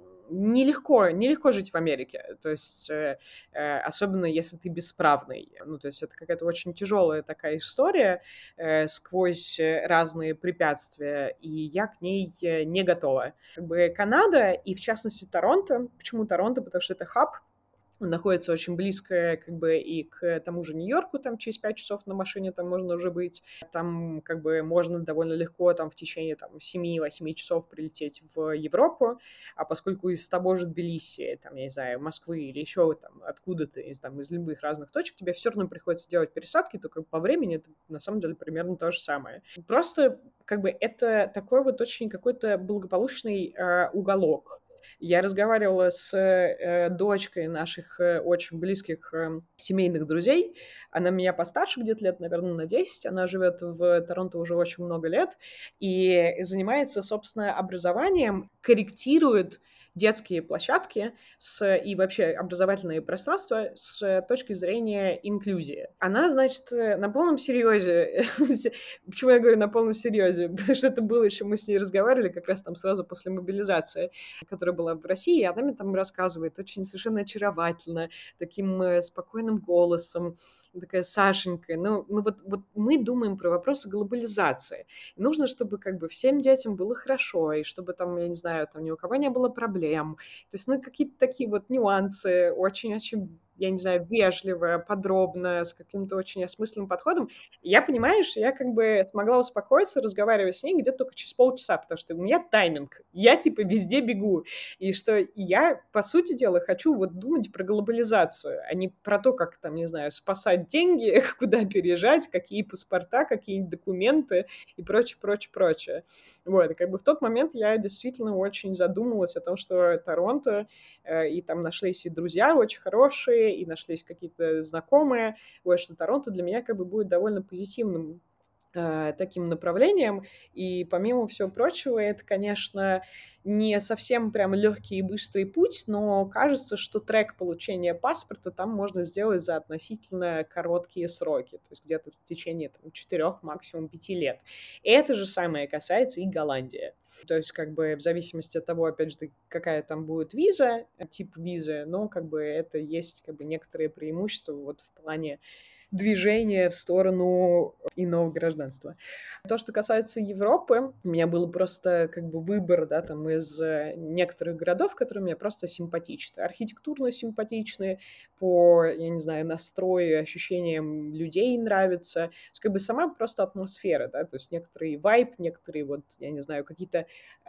нелегко жить в Америке, то есть особенно если ты бесправный. Ну, то есть это какая-то очень тяжелая такая история сквозь разные препятствия, и я к ней не готова. Как бы Канада и, в частности, Торонто. Почему Торонто? Потому что это хаб, он находится очень близко как бы и к тому же Нью-Йорку, там через 5 часов на машине там можно уже быть. Там как бы можно довольно легко там в течение там 7-8 часов прилететь в Европу, а поскольку из того же Тбилиси, там, я не знаю, Москвы или еще там откуда-то, из любых разных точек, тебе все равно приходится делать пересадки, только по времени это на самом деле примерно то же самое. Просто как бы это такой вот очень какой-то благополучный уголок. Я разговаривала с дочкой наших очень близких семейных друзей. Она меня постарше где-то лет, наверное, на 10. Она живет в Торонто уже очень много лет и занимается, собственно, образованием, корректирует детские площадки и вообще образовательные пространства с точки зрения инклюзии. Она, значит, на полном серьезе. Почему я говорю на полном серьезе? Потому что это было еще, мы с ней разговаривали как раз там сразу после мобилизации, которая была в России, и она мне там рассказывает очень совершенно очаровательно, таким спокойным голосом, такая Сашенька. Ну вот мы думаем про вопросы глобализации. И нужно, чтобы как бы всем детям было хорошо, и чтобы там, я не знаю, там ни у кого не было проблем. То есть, ну, какие-то такие вот нюансы очень-очень я не знаю, вежливо, подробно, с каким-то очень осмысленным подходом. И я, понимаешь, я как бы смогла успокоиться, разговаривая с ней где-то только через полчаса, потому что у меня тайминг, я типа везде бегу. И что я, по сути дела, хочу вот думать про глобализацию, а не про то, как там, не знаю, спасать деньги, куда переезжать, какие паспорта, какие документы и прочее, прочее, прочее. Вот, и как бы в тот момент я действительно очень задумалась о том, что Торонто, и там нашлись и друзья очень хорошие, и нашлись какие-то знакомые, вот, что Торонто для меня как бы будет довольно позитивным таким направлением. И помимо всего прочего, это, конечно, не совсем прям легкий и быстрый путь, но кажется, что трек получения паспорта там можно сделать за относительно короткие сроки, то есть где-то в течение там, 4, максимум 5 лет. И это же самое касается и Голландии. То есть, как бы, в зависимости от того, опять же, какая там будет виза, тип визы, но, как бы, это есть, как бы, некоторые преимущества вот в плане движения в сторону иного гражданства. То, что касается Европы, у меня был просто как бы выбор, да, там из некоторых городов, которые мне просто симпатичны. Архитектурно симпатичны, по, я не знаю, настрою, ощущениям людей нравится. То есть как бы сама просто атмосфера, да, то есть некоторые вайб, некоторые вот, я не знаю, какие-то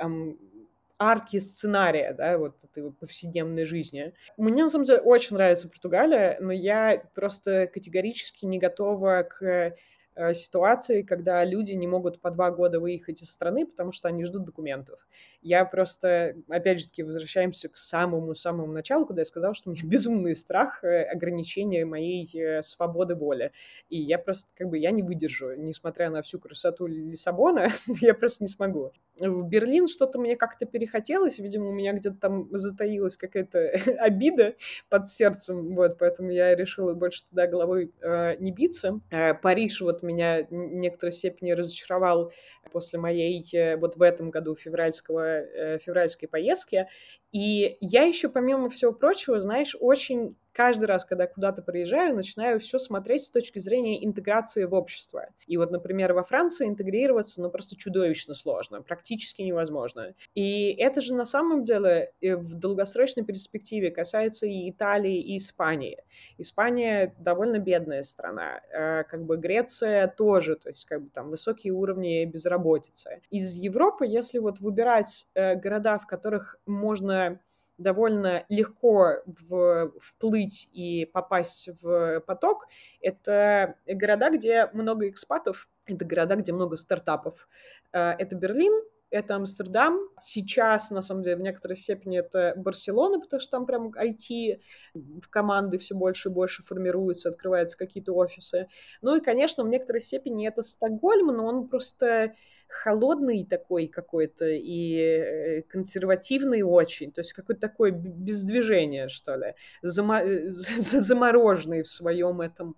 арки сценария, да, вот этой вот повседневной жизни. Мне, на самом деле, очень нравится Португалия, но я просто категорически не готова к ситуации, когда люди не могут по 2 года выехать из страны, потому что они ждут документов. Я просто, опять же таки, возвращаемся к самому-самому началу, когда я сказала, что у меня безумный страх ограничения моей свободы воли. И я просто, как бы, я не выдержу, несмотря на всю красоту Лиссабона, я просто не смогу. В Берлин что-то мне как-то перехотелось, видимо, у меня где-то там затаилась какая-то обида под сердцем, вот, поэтому я решила больше туда головой не биться. Париж вот меня в некоторой степени разочаровал после моей вот в этом году февральской поездки. И я еще, помимо всего прочего, знаешь, очень каждый раз, когда куда-то приезжаю, начинаю все смотреть с точки зрения интеграции в общество. И вот, например, во Франции интегрироваться, ну, просто чудовищно сложно, практически невозможно. И это же на самом деле в долгосрочной перспективе касается и Италии, и Испании. Испания довольно бедная страна, как бы Греция тоже, то есть как бы там высокие уровни безработицы. Из Европы, если вот выбирать города, в которых можно довольно легко вплыть и попасть в поток, это города, где много экспатов, это города, где много стартапов. Это Берлин, это Амстердам. Сейчас, на самом деле, в некоторой степени это Барселона, потому что там прям IT в команды все больше и больше формируются, открываются какие-то офисы. Ну и, конечно, в некоторой степени это Стокгольм, но он просто холодный такой какой-то и консервативный очень, то есть какой-то такой без движения, что ли, замороженный в своем этом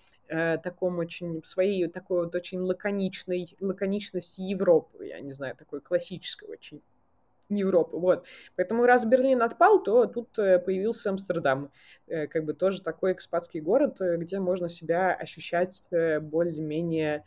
таком очень, в своей такой вот очень лаконичности Европы, я не знаю, такой классической очень Европы, вот. Поэтому раз Берлин отпал, то тут появился Амстердам, как бы тоже такой экспатский город, где можно себя ощущать более-менее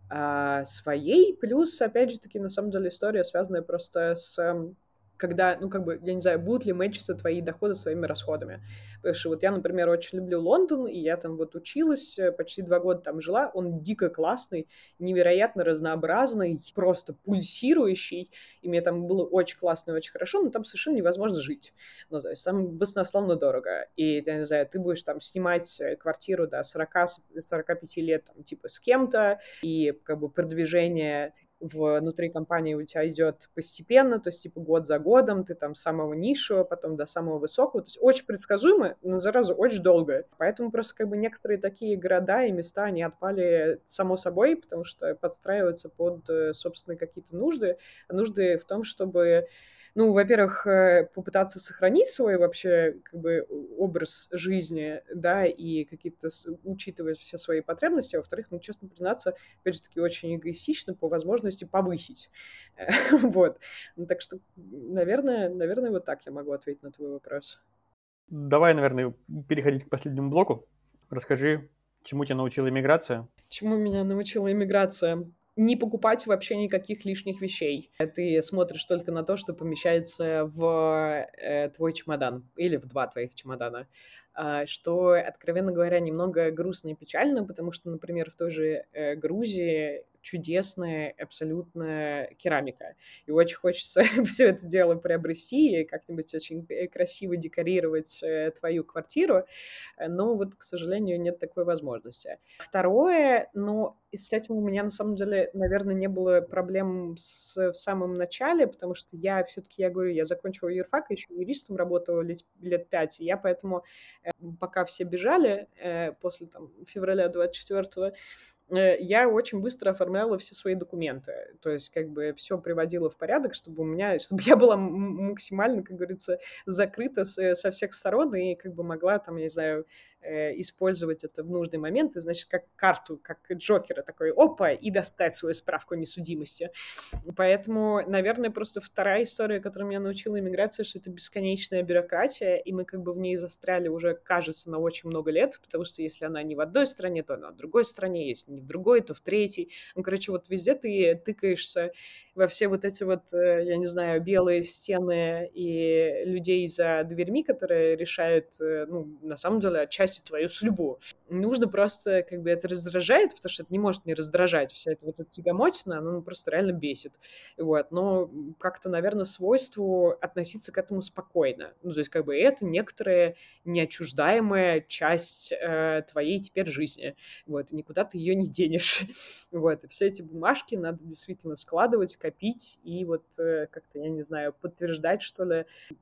своей, плюс, опять же таки, на самом деле история, связанная просто с когда, ну, как бы, я не знаю, будут ли мэчиться твои доходы с своими расходами. Потому что вот я, например, очень люблю Лондон, и я там вот училась, почти 2 года там жила, он дико классный, невероятно разнообразный, просто пульсирующий, и мне там было очень классно и очень хорошо, но там совершенно невозможно жить. Ну, то есть там баснословно дорого. И, я не знаю, ты будешь там снимать квартиру до 40-45 лет, там, типа, с кем-то, и как бы продвижение внутри компании у тебя идет постепенно, то есть типа год за годом, ты там с самого низшего, потом до самого высокого, то есть очень предсказуемо, но зараза очень долго. Поэтому просто как бы некоторые такие города и места, они отпали само собой, потому что подстраиваются под собственные какие-то нужды. А нужды в том, чтобы ну, во-первых, попытаться сохранить свой вообще как бы образ жизни, да, и какие-то учитывать все свои потребности, а во-вторых, ну, честно признаться, опять же таки, очень эгоистично по возможности повысить. Вот. Ну, так что, наверное, вот так я могу ответить на твой вопрос. Давай, наверное, переходить к последнему блоку. Расскажи, чему тебя научила иммиграция? Чему меня научила иммиграция? Не покупать вообще никаких лишних вещей. Ты смотришь только на то, что помещается в твой чемодан или в 2 твоих чемодана. что, откровенно говоря, немного грустно и печально, потому что, например, в той же Грузии чудесная абсолютно керамика. И очень хочется все это дело приобрести и как-нибудь очень красиво декорировать твою квартиру, но вот, к сожалению, нет такой возможности. Второе, ну, и с этим у меня на самом деле, наверное, не было проблем в самом начале, потому что я все-таки, я говорю, я закончила юрфак, еще юристом работала лет 5, и я поэтому, пока все бежали после там, февраля 24-го, я очень быстро оформляла все свои документы. То есть как бы все приводила в порядок, чтобы чтобы я была максимально, как говорится, закрыта со всех сторон и как бы могла там, я не знаю, использовать это в нужный момент, и, значит, как карту, как Джокера такой, опа, и достать свою справку о несудимости. Поэтому, наверное, просто вторая история, которая меня научила иммиграция, что это бесконечная бюрократия, и мы как бы в ней застряли уже, кажется, на очень много лет, потому что если она не в одной стране, то она в другой стране, если не в другой, то в третьей. Ну, короче, вот везде ты тыкаешься во все вот эти вот, я не знаю, белые стены и людей за дверьми, которые решают, ну, на самом деле, отчасти твою судьбу. Нужно просто, как бы, это раздражает, потому что это не может не раздражать. Вся эта вот эта тягомотина, она просто реально бесит. Вот. Но как-то, наверное, свойству относиться к этому спокойно. Ну, то есть, как бы, это некоторая неотчуждаемая часть твоей теперь жизни. Вот. И никуда ты ее не денешь. Вот. И все эти бумажки надо действительно складывать, копить и вот как-то, я не знаю, подтверждать, что ли,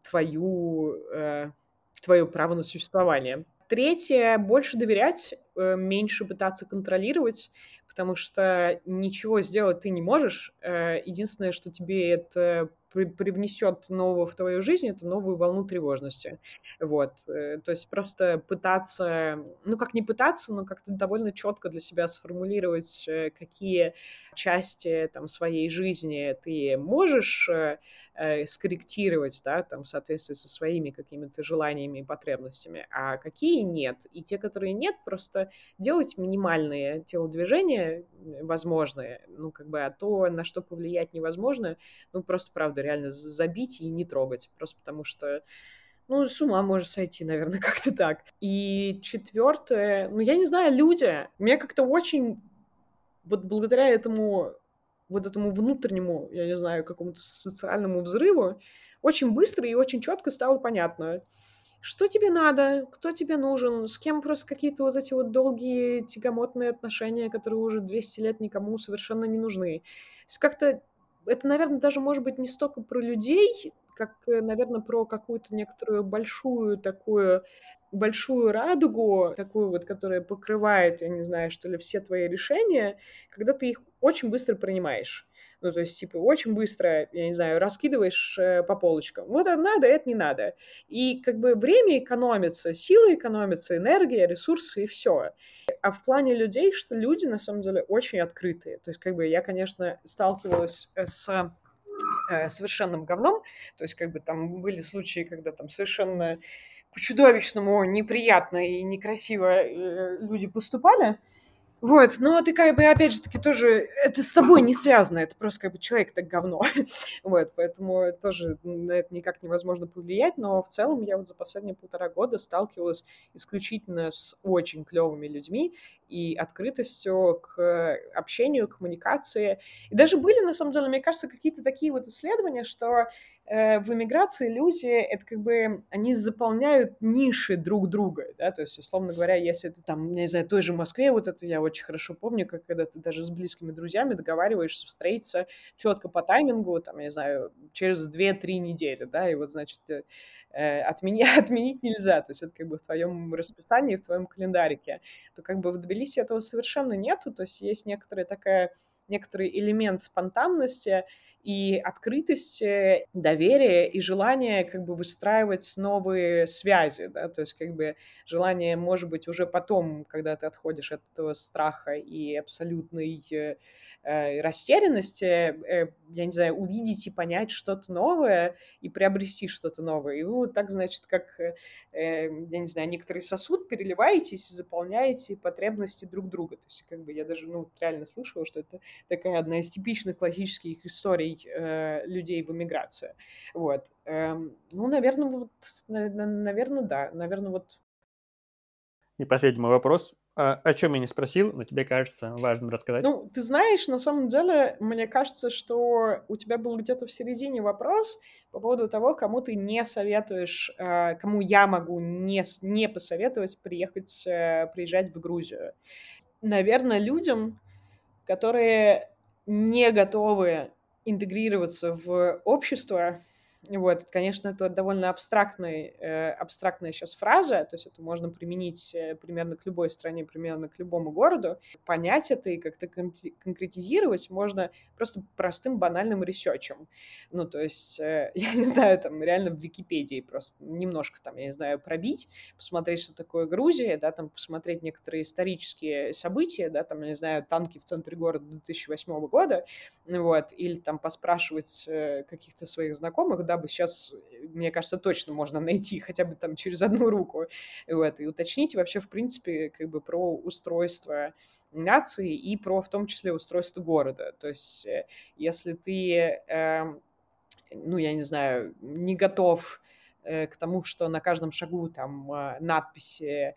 твое право на существование. Третье, больше доверять, меньше пытаться контролировать, потому что ничего сделать ты не можешь. Единственное, что тебе это привнесет нового в твою жизнь, это новую волну тревожности. Вот. То есть просто пытаться, ну как не пытаться, но как-то довольно четко для себя сформулировать, какие части там своей жизни ты можешь скорректировать, да, там, в соответствии со своими какими-то желаниями и потребностями, а какие нет. И те, которые нет, просто делать минимальные телодвижения возможные, ну, как бы, а то, на что повлиять невозможно, ну, просто, правда, реально забить и не трогать, просто потому что, ну, с ума может сойти, наверное, как-то так. И четвертое, ну, я не знаю, люди. Мне как-то очень, вот благодаря этому внутреннему, я не знаю, какому-то социальному взрыву, очень быстро и очень четко стало понятно, что тебе надо, кто тебе нужен, с кем просто какие-то вот эти вот долгие тягомотные отношения, которые уже 200 лет никому совершенно не нужны. То есть как-то это, наверное, даже может быть не столько про людей, как, наверное, про какую-то некоторую большую радугу, такую вот, которая покрывает, я не знаю, что ли, все твои решения, когда ты их очень быстро принимаешь. Ну, то есть, типа, очень быстро, я не знаю, раскидываешь по полочкам. Вот это надо, это не надо. И как бы время экономится, силы экономятся, энергия, ресурсы и все. А в плане людей, что люди на самом деле очень открытые. То есть как бы я, конечно, сталкивалась с совершенным говном. То есть как бы там были случаи, когда там совершенно по-чудовищному неприятно и некрасиво люди поступали. Вот, но ты как бы, опять же таки, тоже, это с тобой не связано, это просто как бы человек так говно. Вот, поэтому тоже на это никак невозможно повлиять, но в целом я вот за последние 1,5 года сталкивалась исключительно с очень клевыми людьми и открытостью к общению, коммуникации. И даже были, на самом деле, мне кажется, какие-то такие вот исследования, что в эмиграции люди, это как бы, они заполняют ниши друг друга, да, то есть, условно говоря, если ты там, не знаю, той же Москве, вот это я очень хорошо помню, как когда ты даже с близкими друзьями договариваешься встретиться четко по таймингу, там, я не знаю, через 2-3 недели, да, и вот, значит, отменить нельзя, то есть это как бы в твоем расписании, в твоем календарике, то как бы в Тбилиси этого совершенно нету, то есть есть некоторый элемент спонтанности и открытости, доверия и желание как бы выстраивать новые связи, да, то есть как бы желание, может быть, уже потом, когда ты отходишь от этого страха и абсолютной растерянности, я не знаю, увидеть и понять что-то новое и приобрести что-то новое. И вы вот так, значит, как, я не знаю, некоторый сосуд переливаетесь и заполняете потребности друг друга. То есть как бы я даже, ну, реально слышала, что это такая одна из типичных классических историй людей в эмиграции. Вот. Ну, наверное, вот, наверное, да. Наверное, вот И последний мой вопрос. О чем я не спросил, но тебе кажется важным рассказать? Ну, ты знаешь, на самом деле, мне кажется, что у тебя был где-то в середине вопрос по поводу того, кому ты не советуешь, кому я могу не посоветовать приезжать в Грузию. Наверное, людям, которые не готовы интегрироваться в общество. Вот, конечно, это довольно абстрактная сейчас фраза, то есть это можно применить примерно к любой стране, примерно к любому городу. Понять это и как-то конкретизировать можно просто простым банальным ресерчем. Ну, то есть, я не знаю, там реально в Википедии просто немножко там, я не знаю, пробить, посмотреть, что такое Грузия, да, там посмотреть некоторые исторические события, да, там, я не знаю, танки в центре города 2008 года, вот, или там поспрашивать каких-то своих знакомых, дабы сейчас, мне кажется, точно можно найти хотя бы там через одну руку, вот, и уточнить вообще, в принципе, как бы про устройство нации и про, в том числе, устройство города. То есть, если ты, ну, я не знаю, не готов к тому, что на каждом шагу там надписи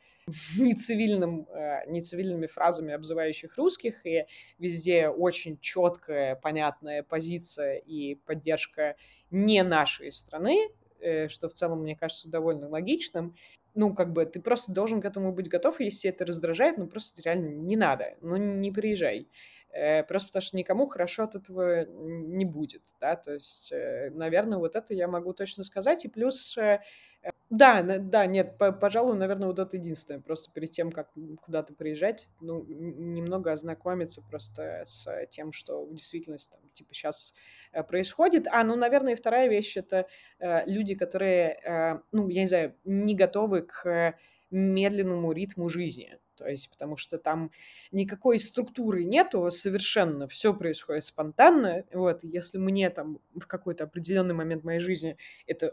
нецивильными фразами, обзывающих русских, и везде очень четкая, понятная позиция и поддержка не нашей страны, что в целом, мне кажется, довольно логичным. Ну, как бы ты просто должен к этому быть готов, и если это раздражает, ну, просто реально не надо, ну, не приезжай. Просто потому что никому хорошо от этого не будет, да, то есть, наверное, вот это я могу точно сказать, и плюс да, да, нет, пожалуй, наверное, вот это единственное. Просто перед тем, как куда-то приезжать, ну, немного ознакомиться просто с тем, что в действительности там, типа, сейчас происходит. Ну, наверное, и вторая вещь — это люди, которые, ну, я не знаю, не готовы к медленному ритму жизни. То есть, потому что там никакой структуры нету совершенно, все происходит спонтанно. Вот, и если мне там в какой-то определенный момент моей жизни это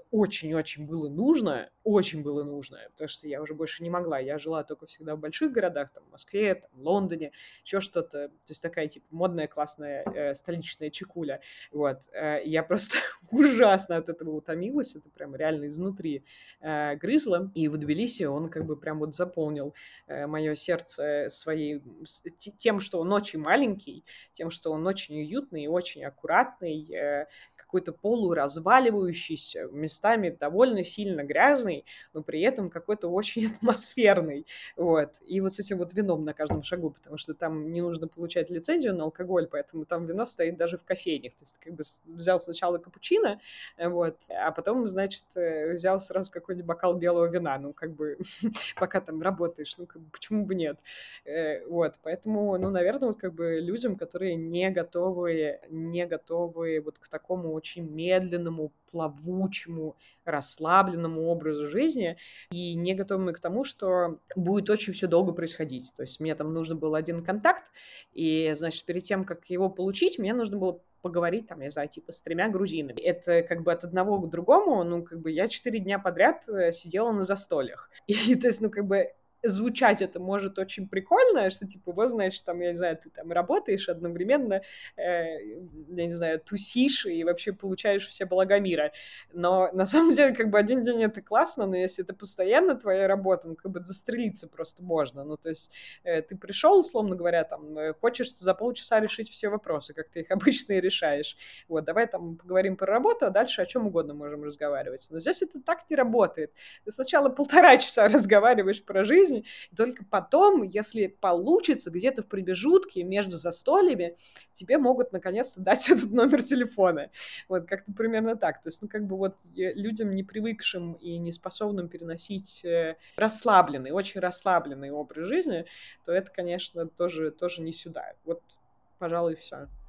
очень было нужно, потому что я уже больше не могла. Я жила только всегда в больших городах, там, в Москве, там, Лондоне, еще что-то. То есть такая, типа, модная, классная столичная чекуля. Вот. Я просто ужасно от этого утомилась. Это прям реально изнутри грызло. И в Тбилиси он как бы прям вот заполнил мое сердце тем, что он очень маленький, тем, что он очень уютный и очень аккуратный, какой-то полуразваливающийся, местами довольно сильно грязный, но при этом какой-то очень атмосферный. Вот. И вот с этим вот вином на каждом шагу, потому что там не нужно получать лицензию на алкоголь, поэтому там вино стоит даже в кофейнях. То есть ты как бы взял сначала капучино, вот, а потом, значит, взял сразу какой-нибудь бокал белого вина. Ну, как бы, пока там работаешь, ну, как бы, почему бы нет? Вот, поэтому, ну, наверное, вот как бы людям, которые не готовы вот к такому очень медленному, плавучему, расслабленному образу жизни и не готовы к тому, что будет очень все долго происходить. То есть мне там нужно был один контакт, и, значит, перед тем, как его получить, мне нужно было поговорить, там, я знаю, типа, с 3 грузинами. Это как бы от одного к другому, ну, как бы я 4 дня подряд сидела на застольях. И, то есть, ну, как бы звучать это может очень прикольно, что, типа, вот, знаешь, там, я не знаю, ты там работаешь одновременно, я не знаю, тусишь и вообще получаешь все блага мира. Но на самом деле, как бы, один день это классно, но если это постоянно твоя работа, ну, как бы застрелиться просто можно. Ну, то есть ты пришел, условно говоря, там, хочешь за полчаса решить все вопросы, как ты их обычно и решаешь. Вот, давай там поговорим про работу, а дальше о чем угодно можем разговаривать. Но здесь это так не работает. Ты сначала 1,5 часа разговариваешь про жизнь, и только потом, если получится, где-то в промежутке между застольями тебе могут наконец-то дать этот номер телефона. Вот как-то примерно так. То есть, ну, как бы вот людям, не привыкшим и не способным переносить очень расслабленный образ жизни, то это, конечно, тоже не сюда. Вот, пожалуй, все.